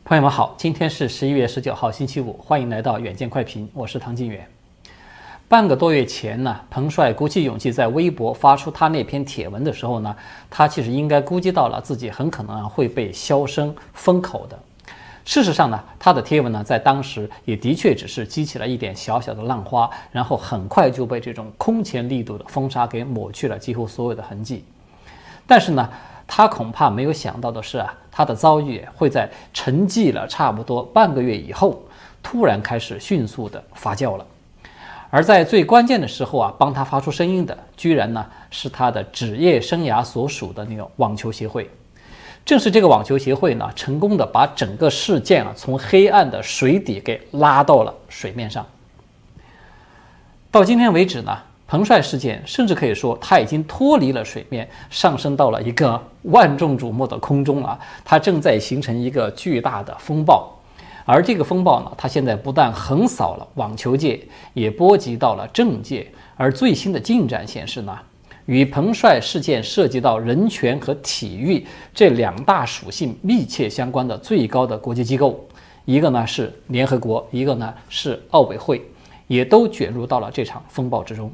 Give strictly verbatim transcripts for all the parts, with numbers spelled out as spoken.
朋友们好，今天是十一月十九号星期五，欢迎来到远见快评，我是唐晋远。半个多月前呢，彭帅鼓起勇气在微博发出他那篇帖文的时候呢，他其实应该估计到了自己很可能啊会被销声封口的。事实上呢，他的贴文呢在当时也的确只是激起了一点小小的浪花，然后很快就被这种空前力度的封杀给抹去了几乎所有的痕迹。但是呢，他恐怕没有想到的是啊，他的遭遇会在沉寂了差不多半个月以后，突然开始迅速的发酵了。而在最关键的时候啊，帮他发出声音的，居然呢是他的职业生涯所属的那个网球协会。正是这个网球协会呢，成功的把整个事件啊从黑暗的水底给拉到了水面上。到今天为止呢，彭帅事件甚至可以说他已经脱离了水面，上升到了一个万众瞩目的空中啊，它正在形成一个巨大的风暴。而这个风暴呢，它现在不但横扫了网球界，也波及到了政界。而最新的进展显示呢，与彭帅事件涉及到人权和体育这两大属性密切相关的最高的国际机构，一个呢是联合国，一个呢是奥委会，也都卷入到了这场风暴之中。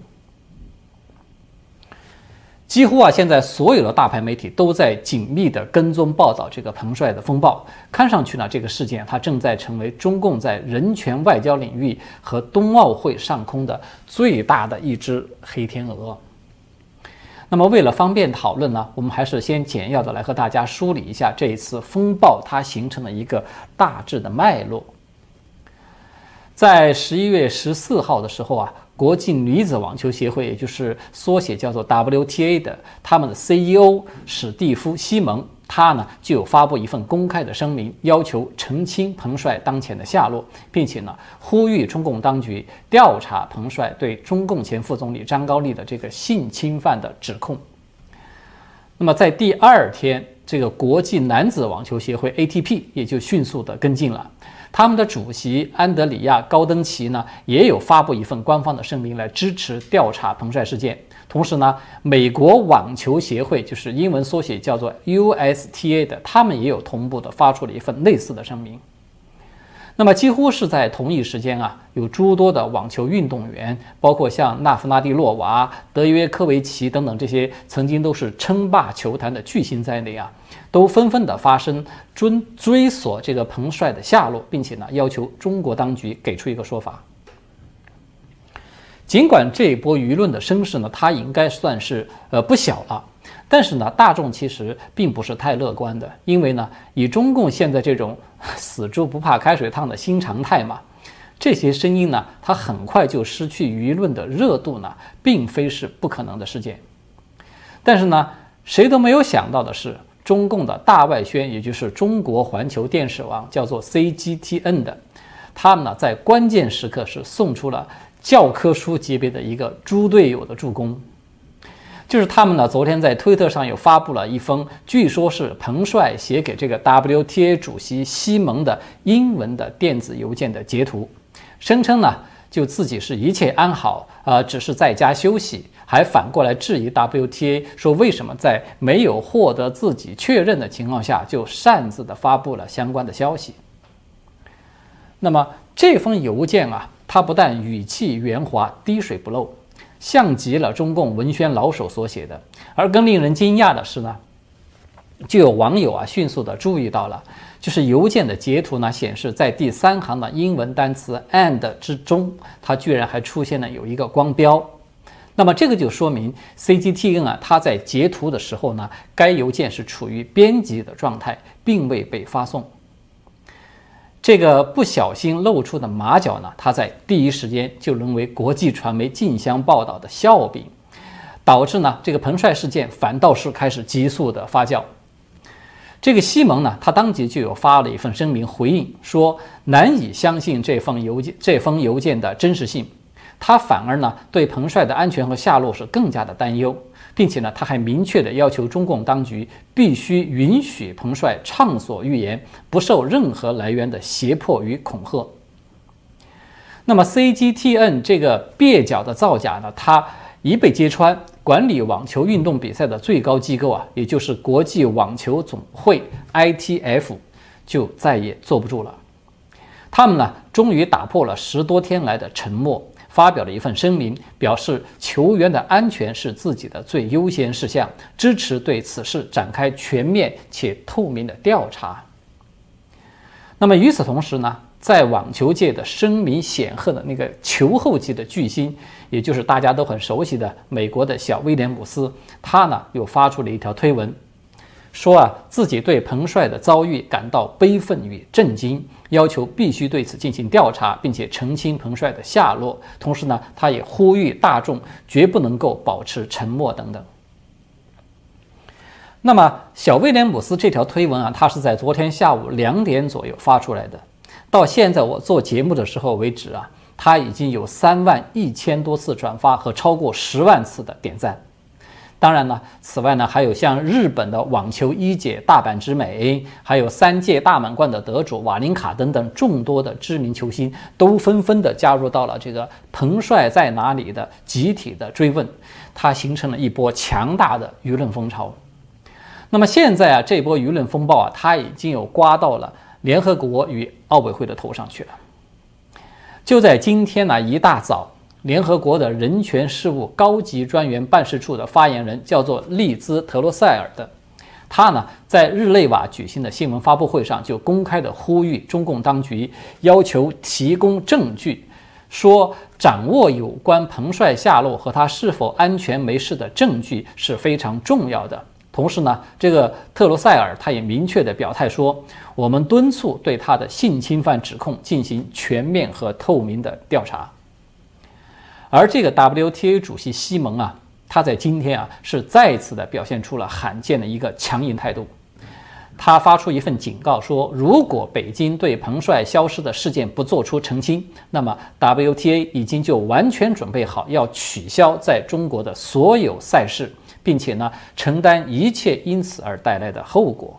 几乎啊，现在所有的大牌媒体都在紧密地跟踪报道这个彭帅的风暴。看上去呢，这个事件它正在成为中共在人权外交领域和冬奥会上空的最大的一只黑天鹅。那么，为了方便讨论呢，我们还是先简要的来和大家梳理一下这一次风暴它形成的一个大致的脉络。在十一月十四号的时候啊，国际女子网球协会，也就是缩写叫做 W T A 的，他们的 C E O 史蒂夫·西蒙，他呢就有发布一份公开的声明，要求澄清彭帅当前的下落，并且呢呼吁中共当局调查彭帅对中共前副总理张高丽的这个性侵犯的指控。那么在第二天，这个国际男子网球协会 A T P 也就迅速的跟进了。他们的主席安德里亚·高登奇呢，也有发布一份官方的声明来支持调查彭帅事件。同时呢，美国网球协会，就是英文缩写叫做 U S T A 的，他们也有同步的发出了一份类似的声明。那么几乎是在同一时间啊，有诸多的网球运动员，包括像纳夫拉蒂洛娃、德约科维奇等等这些曾经都是称霸球坛的巨星在内啊，都纷纷的发声追追索这个彭帅的下落，并且呢要求中国当局给出一个说法。尽管这一波舆论的声势呢，它应该算是呃不小了。但是呢，大众其实并不是太乐观的，因为呢，以中共现在这种死猪不怕开水烫的新常态嘛，这些声音呢，它很快就失去舆论的热度呢，并非是不可能的事件。但是呢，谁都没有想到的是，中共的大外宣，也就是中国环球电视网，叫做 C G T N 的，他们呢在关键时刻是送出了教科书级别的一个猪队友的助攻。就是他们呢，昨天在推特上有发布了一封，据说是彭帅写给这个 W T A 主席西蒙的英文的电子邮件的截图，声称呢，就自己是一切安好，呃，只是在家休息，还反过来质疑 W T A 说为什么在没有获得自己确认的情况下，就擅自的发布了相关的消息。那么这封邮件啊，它不但语气圆滑、滴水不漏，像极了中共文宣老手所写的。而更令人惊讶的是呢，就有网友啊迅速的注意到了，就是邮件的截图呢显示，在第三行的英文单词 and 之中，它居然还出现了有一个光标。那么这个就说明 C G T N 啊，它在截图的时候呢，该邮件是处于编辑的状态，并未被发送。这个不小心露出的马脚呢，它在第一时间就沦为国际传媒竞相报道的笑柄，导致呢这个彭帅事件反倒是开始急速的发酵。这个西蒙呢，他当即就有发了一份声明回应，说难以相信这封邮件这封邮件的真实性，他反而呢对彭帅的安全和下落是更加的担忧，并且呢他还明确的要求中共当局必须允许彭帅畅所欲言，不受任何来源的胁迫与恐吓。那么 C G T N 这个蹩脚的造假呢，它一被揭穿，管理网球运动比赛的最高机构啊，也就是国际网球总会 I T F 就再也坐不住了。他们呢，终于打破了十多天来的沉默，发表了一份声明，表示球员的安全是自己的最优先事项，支持对此事展开全面且透明的调查。那么与此同时呢，在网球界的声名显赫的那个球后级的巨星，也就是大家都很熟悉的美国的小威廉姆斯，他呢又发出了一条推文，说啊自己对彭帅的遭遇感到悲愤与震惊，要求必须对此进行调查，并且澄清彭帅的下落。同时呢，他也呼吁大众绝不能够保持沉默等等。那么小威廉姆斯这条推文啊，他是在昨天下午两点左右发出来的。到现在我做节目的时候为止啊，他已经有三万一千多次转发和超过十万次的点赞。当然呢，此外呢，还有像日本的网球一姐大阪直美，还有三届大满贯的得主瓦林卡等等众多的知名球星，都纷纷的加入到了这个彭帅在哪里的集体的追问，它形成了一波强大的舆论风潮。那么现在啊，这波舆论风暴啊，它已经有刮到了联合国与奥委会的头上去了。就在今天呢，一大早，联合国的人权事务高级专员办事处的发言人叫做利兹·特罗塞尔的，他呢在日内瓦举行的新闻发布会上就公开的呼吁中共当局要求提供证据，说掌握有关彭帅下落和他是否安全没事的证据是非常重要的。同时呢，这个特罗塞尔他也明确的表态说，我们敦促对他的性侵犯指控进行全面和透明的调查。而这个 W T A 主席西蒙啊，他在今天啊是再次的表现出了罕见的一个强硬态度。他发出一份警告说，如果北京对彭帅消失的事件不做出澄清，那么 W T A 已经就完全准备好要取消在中国的所有赛事，并且呢承担一切因此而带来的后果。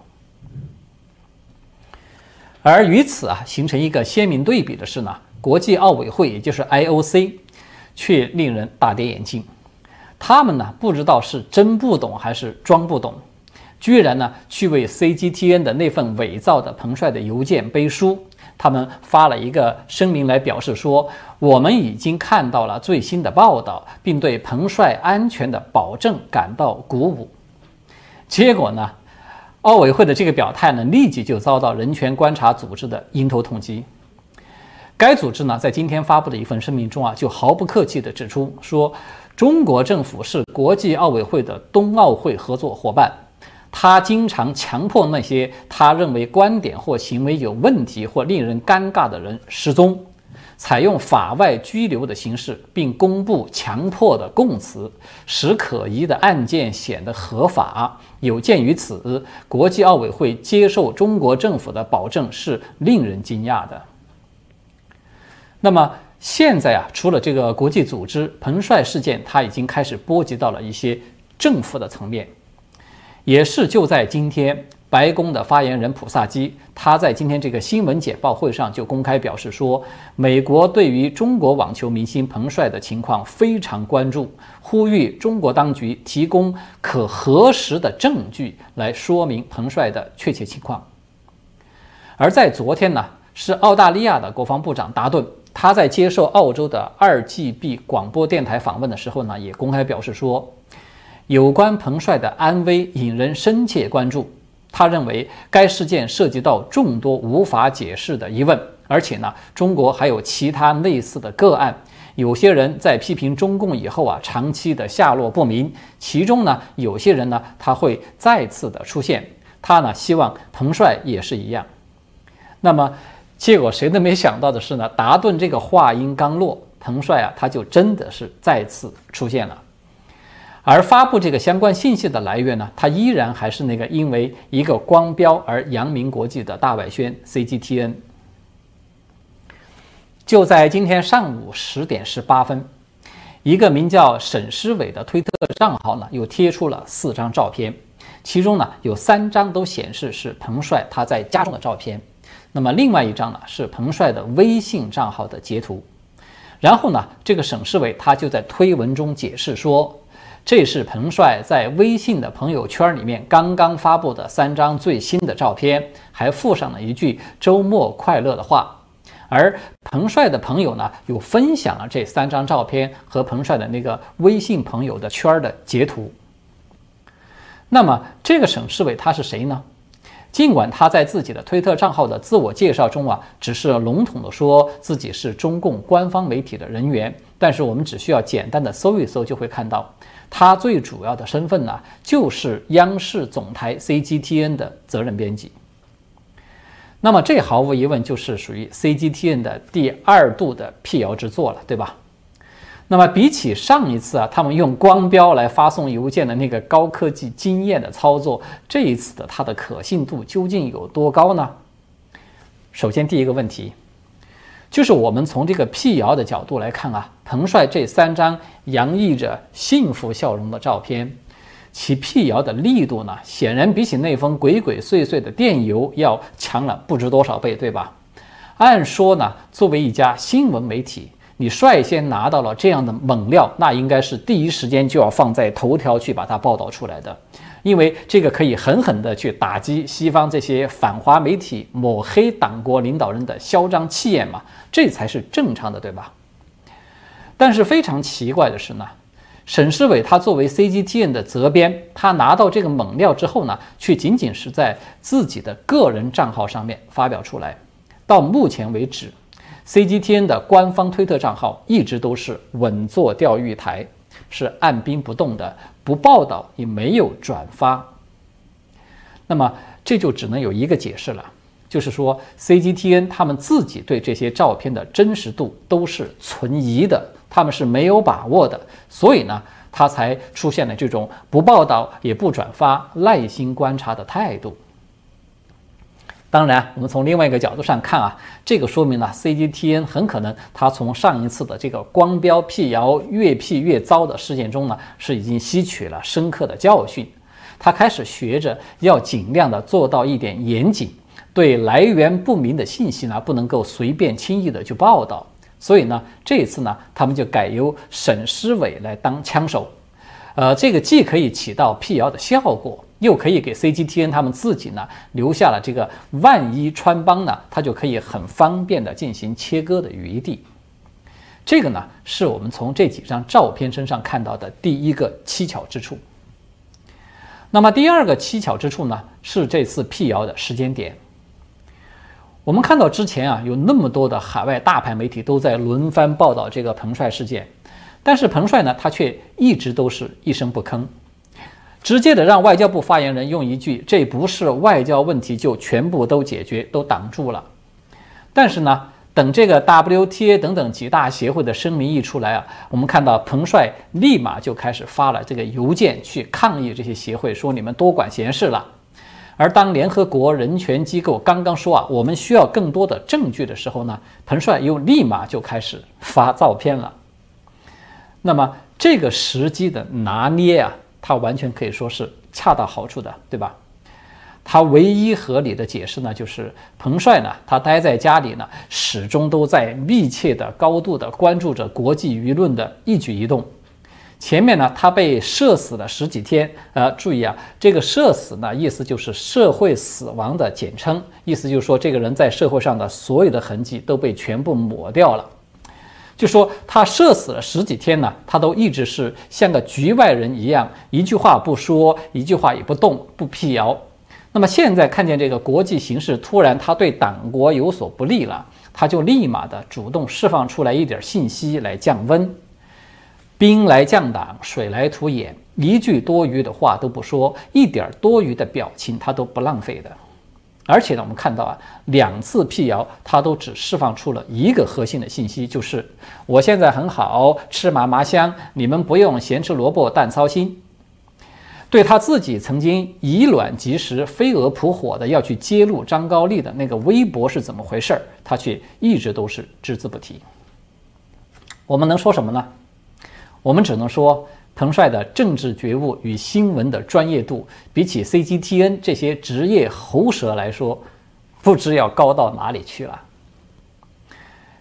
而与此啊形成一个鲜明对比的是呢，国际奥委会也就是 I O C 却令人大跌眼镜。他们呢不知道是真不懂还是装不懂，居然呢去为 C G T N 的那份伪造的彭帅的邮件背书。他们发了一个声明来表示说，我们已经看到了最新的报道，并对彭帅安全的保证感到鼓舞。结果呢，奥委会的这个表态呢，立即就遭到人权观察组织的迎头痛击。该组织呢，在今天发布的一份声明中啊，就毫不客气地指出说，中国政府是国际奥委会的冬奥会合作伙伴。他经常强迫那些他认为观点或行为有问题或令人尴尬的人失踪，采用法外拘留的形式，并公布强迫的供词，使可疑的案件显得合法。有鉴于此，国际奥委会接受中国政府的保证是令人惊讶的。那么现在啊，除了这个国际组织，彭帅事件它已经开始波及到了一些政府的层面。也是就在今天，白宫的发言人普萨基，他在今天这个新闻简报会上就公开表示说，美国对于中国网球明星彭帅的情况非常关注，呼吁中国当局提供可核实的证据来说明彭帅的确切情况。而在昨天呢，是澳大利亚的国防部长达顿，他在接受澳洲的 二 G B 广播电台访问的时候呢，也公开表示说，有关彭帅的安危引人深切关注。他认为该事件涉及到众多无法解释的疑问，而且呢，中国还有其他类似的个案。有些人在批评中共以后啊，长期的下落不明，其中呢，有些人呢，他会再次的出现。他呢，希望彭帅也是一样。那么，结果谁都没想到的是呢，达顿这个话音刚落，彭帅啊，他就真的是再次出现了。而发布这个相关信息的来源呢，它依然还是那个因为一个光标而扬名国际的大外宣 C G T N。就在今天上午十点十八分，一个名叫沈诗伟的推特账号呢，又贴出了四张照片，其中呢有三张都显示是彭帅他在家中的照片，那么另外一张呢是彭帅的微信账号的截图。然后呢，这个沈诗伟他就在推文中解释说， 这是彭帅在微信的朋友圈里面刚刚发布的三张最新的照片，还附上了一句“周末快乐”的话。而彭帅的朋友呢，又分享了这三张照片和彭帅的那个微信朋友的圈的截图。那么这个沈世伟他是谁呢？尽管他在自己的推特账号的自我介绍中啊，只是笼统的说自己是中共官方媒体的人员，但是我们只需要简单的搜一搜就会看到，他最主要的身份呢，就是央视总台 C G T N 的责任编辑。那么这毫无疑问就是属于 C G T N 的第二度的辟谣之作了，对吧？那么比起上一次啊，他们用光标来发送邮件的那个高科技惊艳的操作，这一次的它的可信度究竟有多高呢？首先第一个问题，就是我们从这个辟谣的角度来看啊，彭帅这三张洋溢着幸福笑容的照片，其辟谣的力度呢，显然比起那封鬼鬼祟祟的电邮要强了不知多少倍，对吧？按说呢，作为一家新闻媒体，你率先拿到了这样的猛料，那应该是第一时间就要放在头条去把它报道出来的，因为这个可以狠狠地去打击西方这些反华媒体抹黑党国领导人的嚣张气焰嘛，这才是正常的，对吧？但是非常奇怪的是呢，沈世伟他作为 C G T N 的责编，他拿到这个猛料之后呢，却仅仅是在自己的个人账号上面发表出来。到目前为止，C G T N 的官方推特账号一直都是稳坐钓鱼台，是按兵不动的，不报道也没有转发。那么这就只能有一个解释了，就是说 C G T N 他们自己对这些照片的真实度都是存疑的，他们是没有把握的，所以呢，他才出现了这种不报道也不转发、耐心观察的态度。当然，我们从另外一个角度上看啊，这个说明了 C G T N 很可能他从上一次的这个光标辟谣越辟越糟的事件中呢，是已经吸取了深刻的教训，他开始学着要尽量的做到一点严谨，对来源不明的信息呢，不能够随便轻易的去报道。所以呢，这一次呢，他们就改由沈世伟来当枪手，呃，这个既可以起到辟谣的效果，又可以给 C G T N 他们自己呢留下了这个万一穿帮呢，他就可以很方便的进行切割的余地。这个呢，是我们从这几张照片身上看到的第一个蹊跷之处。那么第二个蹊跷之处呢，是这次辟谣的时间点。我们看到之前啊，有那么多的海外大牌媒体都在轮番报道这个彭帅事件，但是彭帅呢，他却一直都是一声不吭，直接的让外交部发言人用一句“这不是外交问题”就全部都解决，都挡住了。但是呢，等这个 W T A 等等几大协会的声明一出来啊，我们看到彭帅立马就开始发了这个邮件去抗议这些协会，说你们多管闲事了。而当联合国人权机构刚刚说啊，我们需要更多的证据的时候呢，彭帅又立马就开始发照片了。那么这个时机的拿捏啊，它完全可以说是恰到好处的，对吧？他唯一合理的解释呢，就是彭帅呢，他待在家里呢，始终都在密切的、高度的关注着国际舆论的一举一动。前面呢，他被社死了十几天，呃，注意啊，这个社死呢，意思就是社会死亡的简称，意思就是说这个人在社会上的所有的痕迹都被全部抹掉了。就说他社死了十几天呢，他都一直是像个局外人一样，一句话不说，一句话也不动，不辟谣。那么现在看见这个国际形势突然他对党国有所不利了，他就立马的主动释放出来一点信息来降温。兵来将挡，水来土掩，一句多余的话都不说，一点多余的表情他都不浪费的。而且呢，我们看到啊，两次辟谣他都只释放出了一个核心的信息，就是我现在很好，吃嘛嘛香，你们不用咸吃萝卜淡操心。对他自己曾经以卵击石、飞蛾扑火的要去揭露张高丽的那个微博是怎么回事，他却一直都是只字不提。我们能说什么呢？我们只能说，彭帅的政治觉悟与新闻的专业度，比起 C G T N 这些职业喉舌来说，不知要高到哪里去了。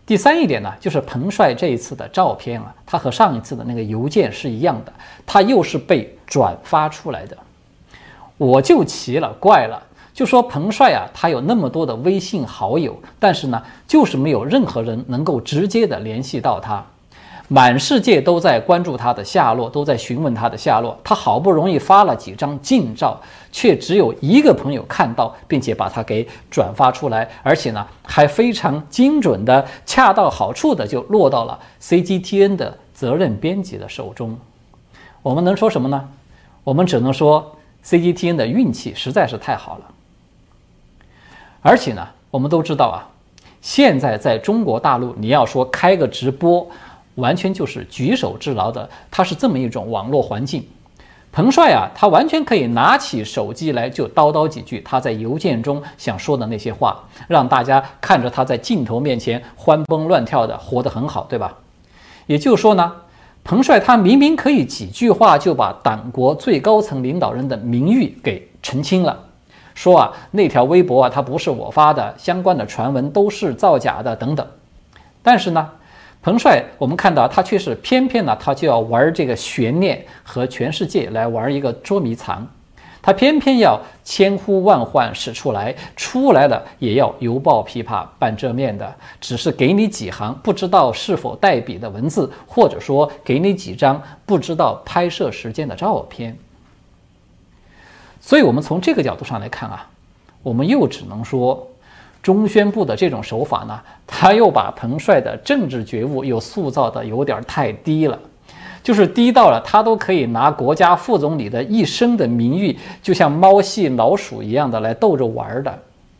第三一点呢，就是彭帅这一次的照片啊，他和上一次的那个邮件是一样的，他又是被转发出来的。我就奇了怪了，就说彭帅啊，他有那么多的微信好友，但是呢，就是没有任何人能够直接的联系到他。满世界都在关注他的下落，都在询问他的下落。他好不容易发了几张近照，却只有一个朋友看到，并且把他给转发出来，而且呢，还非常精准的、恰到好处的就落到了 C G T N 的责任编辑的手中。我们能说什么呢？我们只能说 C G T N 的运气实在是太好了。而且呢，我们都知道啊，现在在中国大陆，你要说开个直播，完全就是举手之劳的，它是这么一种网络环境。彭帅啊，他完全可以拿起手机来就叨叨几句他在邮件中想说的那些话，让大家看着他在镜头面前欢蹦乱跳的，活得很好，对吧？也就是说呢，彭帅他明明可以几句话就把党国最高层领导人的名誉给澄清了，说啊那条微博啊它不是我发的，相关的传闻都是造假的等等。但是呢，彭帅，我们看到他却是偏偏呢，他就要玩这个悬念，和全世界来玩一个捉迷藏。他偏偏要千呼万唤使出来，出来了也要犹抱琵琶半遮面的，只是给你几行不知道是否带笔的文字，或者说给你几张不知道拍摄时间的照片。所以我们从这个角度上来看啊，我们又只能说，中宣部的这种手法呢，他又把彭帅的政治觉悟又塑造的有点太低了，就是低到了他都可以拿国家副总理的一生的名誉，就像猫戏老鼠一样的来逗着玩的。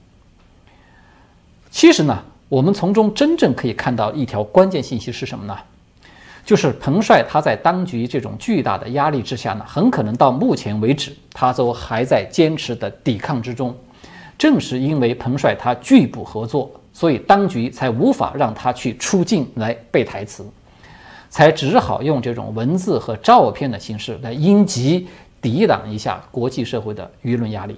其实呢，我们从中真正可以看到一条关键信息是什么呢？就是彭帅他在当局这种巨大的压力之下呢，很可能到目前为止，他都还在坚持的抵抗之中。正是因为彭帅他拒不合作，所以当局才无法让他去出境来背台词，才只好用这种文字和照片的形式来应急抵挡一下国际社会的舆论压力。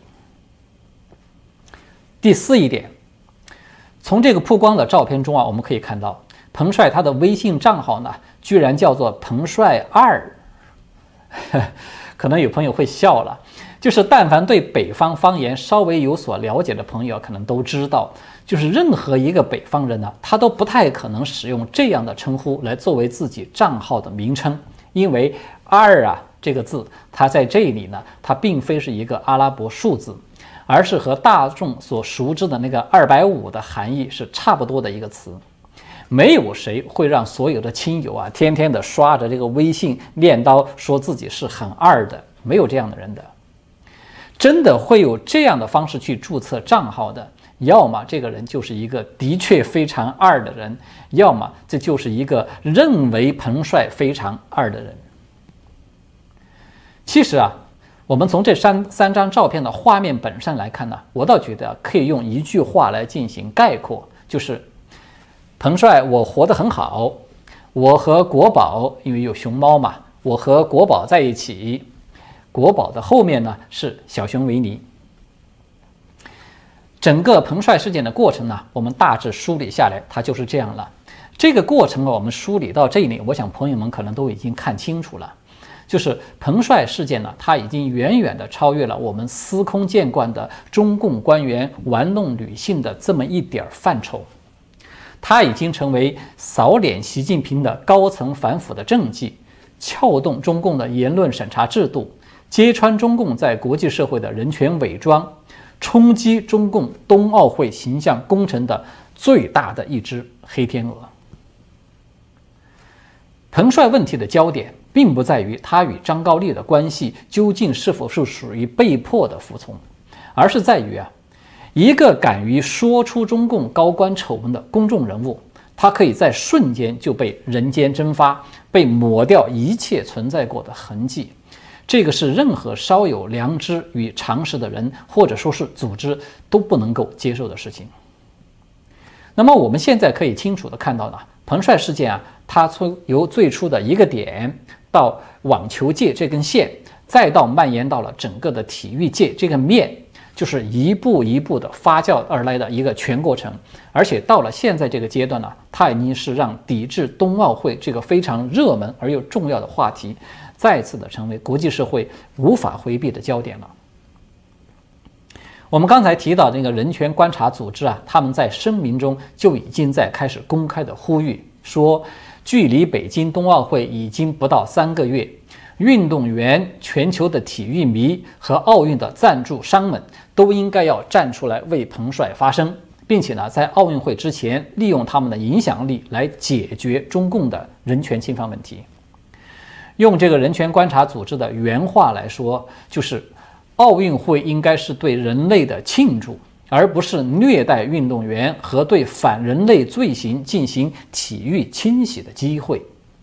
第四一点，从这个曝光的照片中啊，我们可以看到彭帅他的微信账号呢，居然叫做彭帅二。可能有朋友会笑了，就是但凡对北方方言稍微有所了解的朋友可能都知道，就是任何一个北方人呢，他都不太可能使用这样的称呼来作为自己账号的名称，因为二啊这个字，它在这里呢，它并非是一个阿拉伯数字，而是和大众所熟知的那个二百五的含义是差不多的一个词。没有谁会让所有的亲友啊天天的刷着这个微信念叨说自己是很二的，没有这样的人的。真的会有这样的方式去注册账号的，要么这个人就是一个的确非常二的人，要么这就是一个认为彭帅非常二的人。其实啊，我们从这三三张照片的画面本身来看呢，我倒觉得可以用一句话来进行概括，就是彭帅我活得很好，我和国宝，因为有熊猫嘛，我和国宝在一起，国宝的后面呢是小熊维尼。整个彭帅事件的过程呢，我们大致梳理下来，它就是这样了。这个过程我们梳理到这里，我想朋友们可能都已经看清楚了，就是彭帅事件呢，它已经远远的超越了我们司空见惯的中共官员玩弄女性的这么一点范畴。它已经成为扫脸习近平的高层反腐的政绩，撬动中共的言论审查制度，揭穿中共在国际社会的人权伪装，冲击中共冬奥会形象工程的最大的一只黑天鹅。彭帅问题的焦点并不在于他与张高丽的关系究竟是否是属于被迫的服从，而是在于啊，一个敢于说出中共高官丑闻的公众人物，他可以在瞬间就被人间蒸发，被抹掉一切存在过的痕迹。这个是任何稍有良知与常识的人，或者说是组织都不能够接受的事情。那么我们现在可以清楚地看到呢，彭帅事件啊，它从由最初的一个点到网球界这根线，再到蔓延到了整个的体育界这个面， 就是一步一步的发酵而来的一个全过程。而且到了现在这个阶段呢，它已经是让抵制冬奥会这个非常热门而又重要的话题，再次的成为国际社会无法回避的焦点了。我们刚才提到那个人权观察组织啊，他们在声明中就已经在开始公开的呼吁说，距离北京冬奥会已经不到三个月，运动员、全球的体育迷和奥运的赞助商们都应该要站出来为彭帅发声，并且呢，在奥运会之前利用他们的影响力来解决中共的人权侵犯问题。用这个人权观察组织的原话来说，就是奥运会应该是对人类的庆祝，而不是虐待运动员和对反人类罪行进行体育清洗的机会。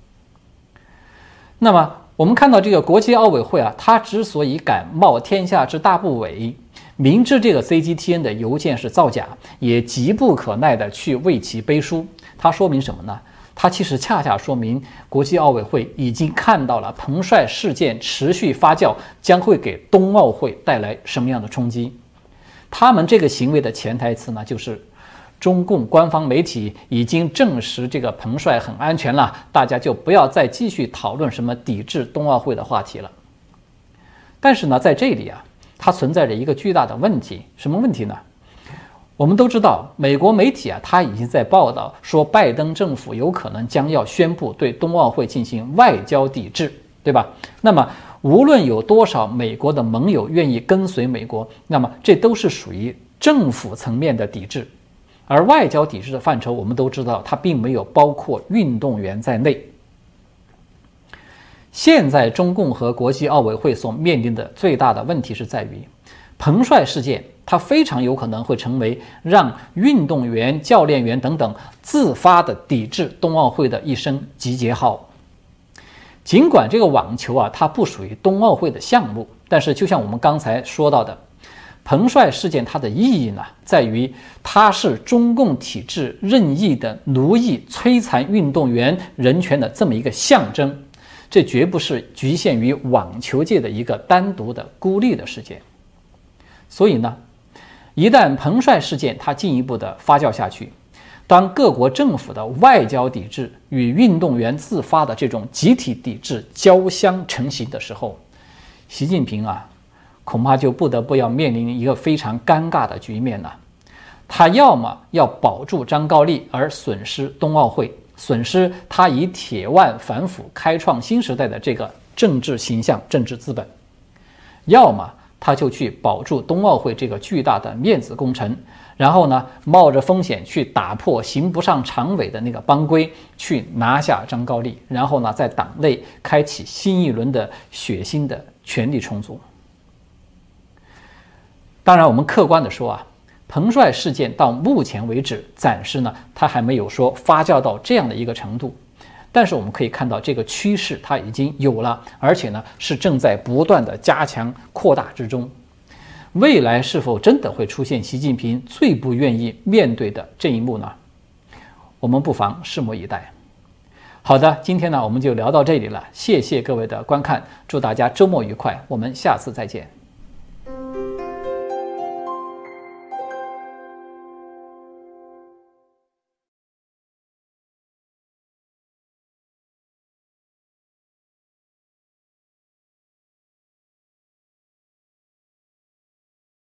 那么我们看到这个国际奥委会啊，它之所以敢冒天下之大不韪，明知这个 C G T N 的邮件是造假，也急不可耐的去为其背书，它说明什么呢？它其实恰恰说明国际奥委会已经看到了彭帅事件持续发酵将会给冬奥会带来什么样的冲击。他们这个行为的潜台词呢，就是中共官方媒体已经证实这个彭帅很安全了，大家就不要再继续讨论什么抵制冬奥会的话题了。但是呢，在这里啊，它存在着一个巨大的问题，什么问题呢？我们都知道，美国媒体啊，他已经在报道说，拜登政府有可能将要宣布对冬奥会进行外交抵制，对吧？那么，无论有多少美国的盟友愿意跟随美国，那么这都是属于政府层面的抵制。而外交抵制的范畴，我们都知道，它并没有包括运动员在内。现在中共和国际奥委会所面临的最大的问题是在于，彭帅事件，它非常有可能会成为让运动员、教练员等等自发的抵制冬奥会的一声集结号。尽管这个网球啊，它不属于冬奥会的项目，但是就像我们刚才说到的，彭帅事件它的意义呢，在于它是中共体制任意的奴役、摧残运动员人权的这么一个象征，这绝不是局限于网球界的一个单独的孤立的事件。所以呢，一旦彭帅事件它进一步的发酵下去，当各国政府的外交抵制与运动员自发的这种集体抵制交相成型的时候，习近平啊，恐怕就不得不要面临一个非常尴尬的局面了。他要么要保住张高丽而损失冬奥会，损失他以铁腕反腐开创新时代的这个政治形象、政治资本；要么他就去保住冬奥会这个巨大的面子工程，然后呢，冒着风险去打破刑不上常委的那个帮规，去拿下张高丽，然后呢，在党内开启新一轮的血腥的权力重组。当然，我们客观的说啊，彭帅事件到目前为止，暂时呢，它还没有说发酵到这样的一个程度。但是我们可以看到，这个趋势它已经有了，而且呢，是正在不断的加强扩大之中。未来是否真的会出现习近平最不愿意面对的这一幕呢？我们不妨拭目以待。好的，今天呢，我们就聊到这里了，谢谢各位的观看，祝大家周末愉快，我们下次再见。